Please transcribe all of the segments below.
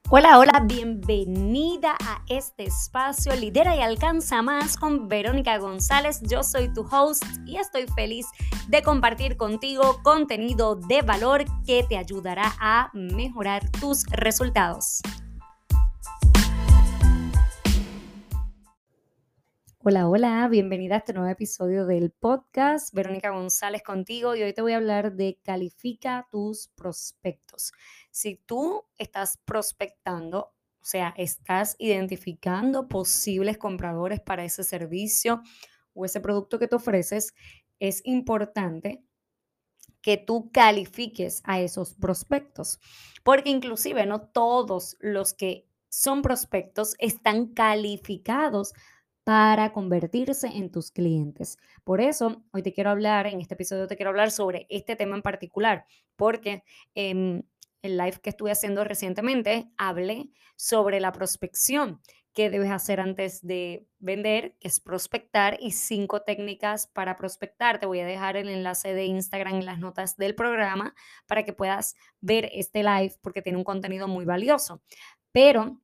Hola, hola, bienvenida a este espacio Lidera y Alcanza Más con Verónica González. Yo soy tu host y estoy feliz de compartir contigo contenido de valor que te ayudará a mejorar tus resultados. Hola, hola, bienvenida a este nuevo episodio del podcast Verónica González contigo y hoy te voy a hablar de califica tus prospectos. Si tú estás prospectando, o sea, estás identificando posibles compradores para ese servicio o ese producto que te ofreces, es importante que tú califiques a esos prospectos, porque inclusive no todos los que son prospectos están calificados para convertirse en tus clientes. Por eso, hoy te quiero hablar, en este episodio te quiero hablar sobre este tema en particular, porque en el live que estuve haciendo recientemente hablé sobre la prospección que debes hacer antes de vender, que es prospectar, y 5 técnicas para prospectar. Te voy a dejar el enlace de Instagram en las notas del programa para que puedas ver este live porque tiene un contenido muy valioso. Pero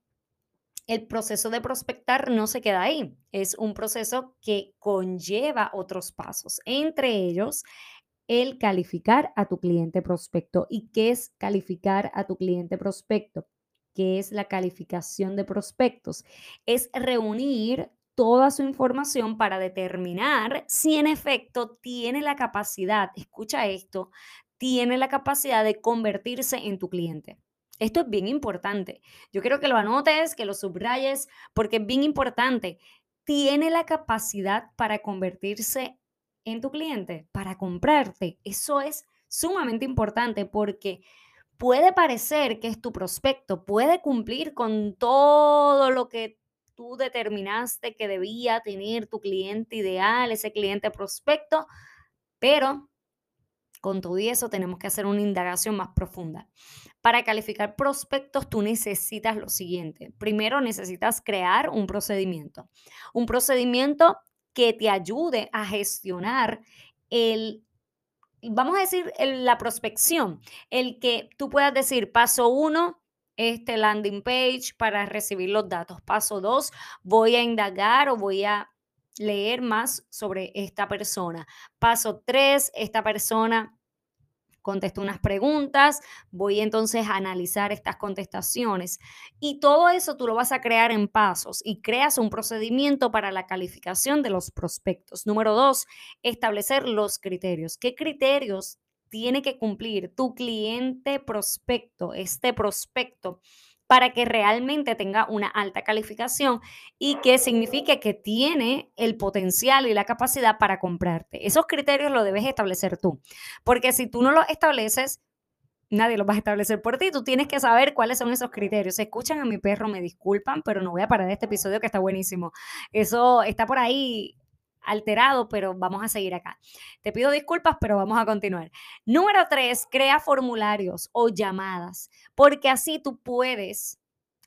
el proceso de prospectar no se queda ahí, es un proceso que conlleva otros pasos, entre ellos el calificar a tu cliente prospecto. ¿Y qué es calificar a tu cliente prospecto? ¿Qué es la calificación de prospectos? Es reunir toda su información para determinar si en efecto tiene la capacidad, escucha esto, tiene la capacidad de convertirse en tu cliente. Esto es bien importante. Yo quiero que lo anotes, que lo subrayes, porque es bien importante. Tiene la capacidad para convertirse en tu cliente, para comprarte. Eso es sumamente importante porque puede parecer que es tu prospecto, puede cumplir con todo lo que tú determinaste que debía tener tu cliente ideal, ese cliente prospecto, pero con todo y eso tenemos que hacer una indagación más profunda. Para calificar prospectos, tú necesitas lo siguiente. Primero, necesitas crear un procedimiento que te ayude a gestionar el, vamos a decir, la prospección, el que tú puedas decir, paso uno, este landing page para recibir los datos. Paso dos, voy a indagar o voy a leer más sobre esta persona. Paso tres, esta persona contesto unas preguntas, voy entonces a analizar estas contestaciones y todo eso tú lo vas a crear en pasos y creas un procedimiento para la calificación de los prospectos. Número dos, establecer los criterios. ¿Qué criterios tiene que cumplir tu cliente prospecto, este prospecto, para que realmente tenga una alta calificación y que signifique que tiene el potencial y la capacidad para comprarte? Esos criterios los debes establecer tú. Porque si tú no los estableces, nadie los va a establecer por ti. Tú tienes que saber cuáles son esos criterios. Si escuchan a mi perro, me disculpan, pero no voy a parar este episodio que está buenísimo. Eso está por ahí alterado, pero vamos a seguir acá. Te pido disculpas, pero vamos a continuar. Número tres, crea formularios o llamadas, porque así tú puedes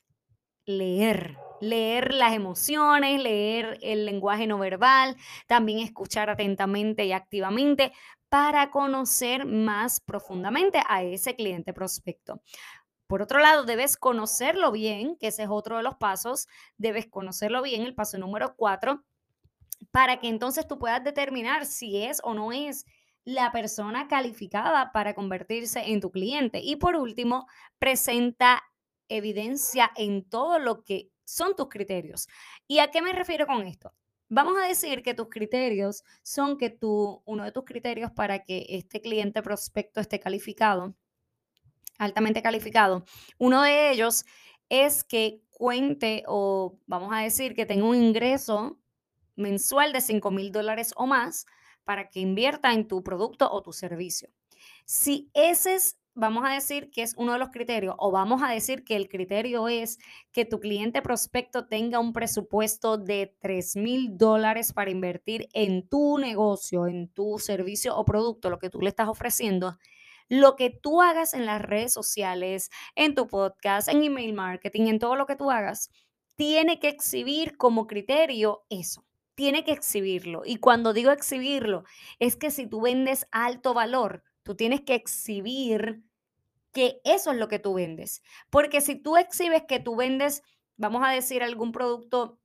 leer las emociones, leer el lenguaje no verbal, también escuchar atentamente y activamente para conocer más profundamente a ese cliente prospecto. Por otro lado, debes conocerlo bien, que ese es otro de los pasos, debes conocerlo bien, el paso número 4, para que entonces tú puedas determinar si es o no es la persona calificada para convertirse en tu cliente. Y por último, presenta evidencia en todo lo que son tus criterios. ¿Y a qué me refiero con esto? Vamos a decir que tus criterios son que uno de tus criterios para que este cliente prospecto esté calificado, altamente calificado, uno de ellos es que cuente o vamos a decir que tenga un ingreso mensual de $5,000 o más para que invierta en tu producto o tu servicio. Si ese es, vamos a decir que es uno de los criterios, o vamos a decir que el criterio es que tu cliente prospecto tenga un presupuesto de $3,000 para invertir en tu negocio, en tu servicio o producto, lo que tú le estás ofreciendo, lo que tú hagas en las redes sociales, en tu podcast, en email marketing, en todo lo que tú hagas, tiene que exhibir como criterio eso. Tiene que exhibirlo. Y cuando digo exhibirlo, es que si tú vendes alto valor, tú tienes que exhibir que eso es lo que tú vendes. Porque si tú exhibes que tú vendes, vamos a decir, algún producto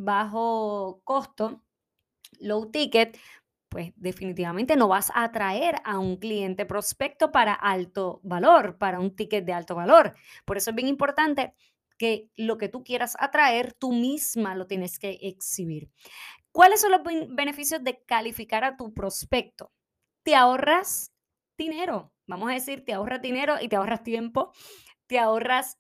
bajo costo, low ticket, pues definitivamente no vas a atraer a un cliente prospecto para alto valor, para un ticket de alto valor. Por eso es bien importante que lo que tú quieras atraer, tú misma lo tienes que exhibir. ¿Cuáles son los beneficios de calificar a tu prospecto? Te ahorras dinero, vamos a decir, te ahorras dinero y te ahorras tiempo, te ahorras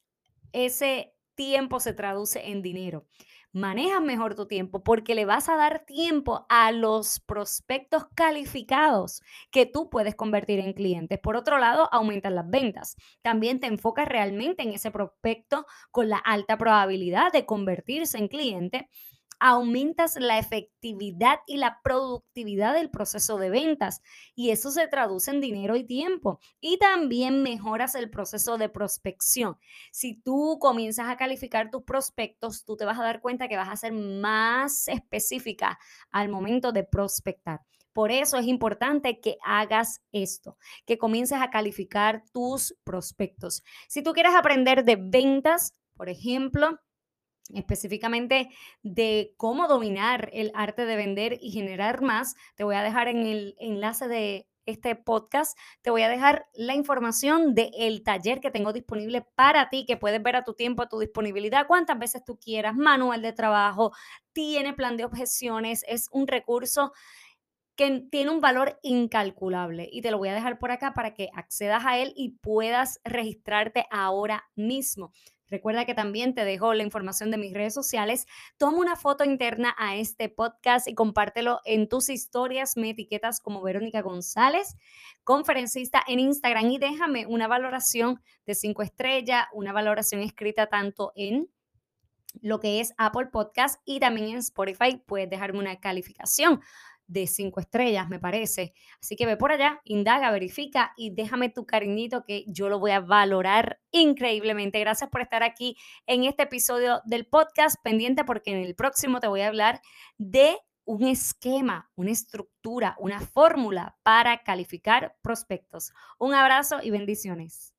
ese tiempo se traduce en dinero. Manejas mejor tu tiempo porque le vas a dar tiempo a los prospectos calificados que tú puedes convertir en clientes. Por otro lado, aumentas las ventas. También te enfocas realmente en ese prospecto con la alta probabilidad de convertirse en cliente. Aumentas la efectividad y la productividad del proceso de ventas y eso se traduce en dinero y tiempo. Y también mejoras el proceso de prospección. Si tú comienzas a calificar tus prospectos, tú te vas a dar cuenta que vas a ser más específica al momento de prospectar. Por eso es importante que hagas esto, que comiences a calificar tus prospectos. Si tú quieres aprender de ventas, por ejemplo, específicamente de cómo dominar el arte de vender y generar más, te voy a dejar en el enlace de este podcast, te voy a dejar la información del taller que tengo disponible para ti, que puedes ver a tu tiempo, a tu disponibilidad, cuántas veces tú quieras, manual de trabajo, tiene plan de objeciones, es un recurso que tiene un valor incalculable y te lo voy a dejar por acá para que accedas a él y puedas registrarte ahora mismo. Recuerda que también te dejo la información de mis redes sociales. Toma una foto interna a este podcast y compártelo en tus historias. Me etiquetas como Verónica González, conferencista en Instagram, y déjame una valoración de 5 estrellas, una valoración escrita tanto en lo que es Apple Podcast y también en Spotify puedes dejarme una calificación de 5 estrellas, me parece. Así que ve por allá, indaga, verifica y déjame tu cariñito que yo lo voy a valorar increíblemente. Gracias por estar aquí en este episodio del podcast, pendiente porque en el próximo te voy a hablar de un esquema, una estructura, una fórmula para calificar prospectos. Un abrazo y bendiciones.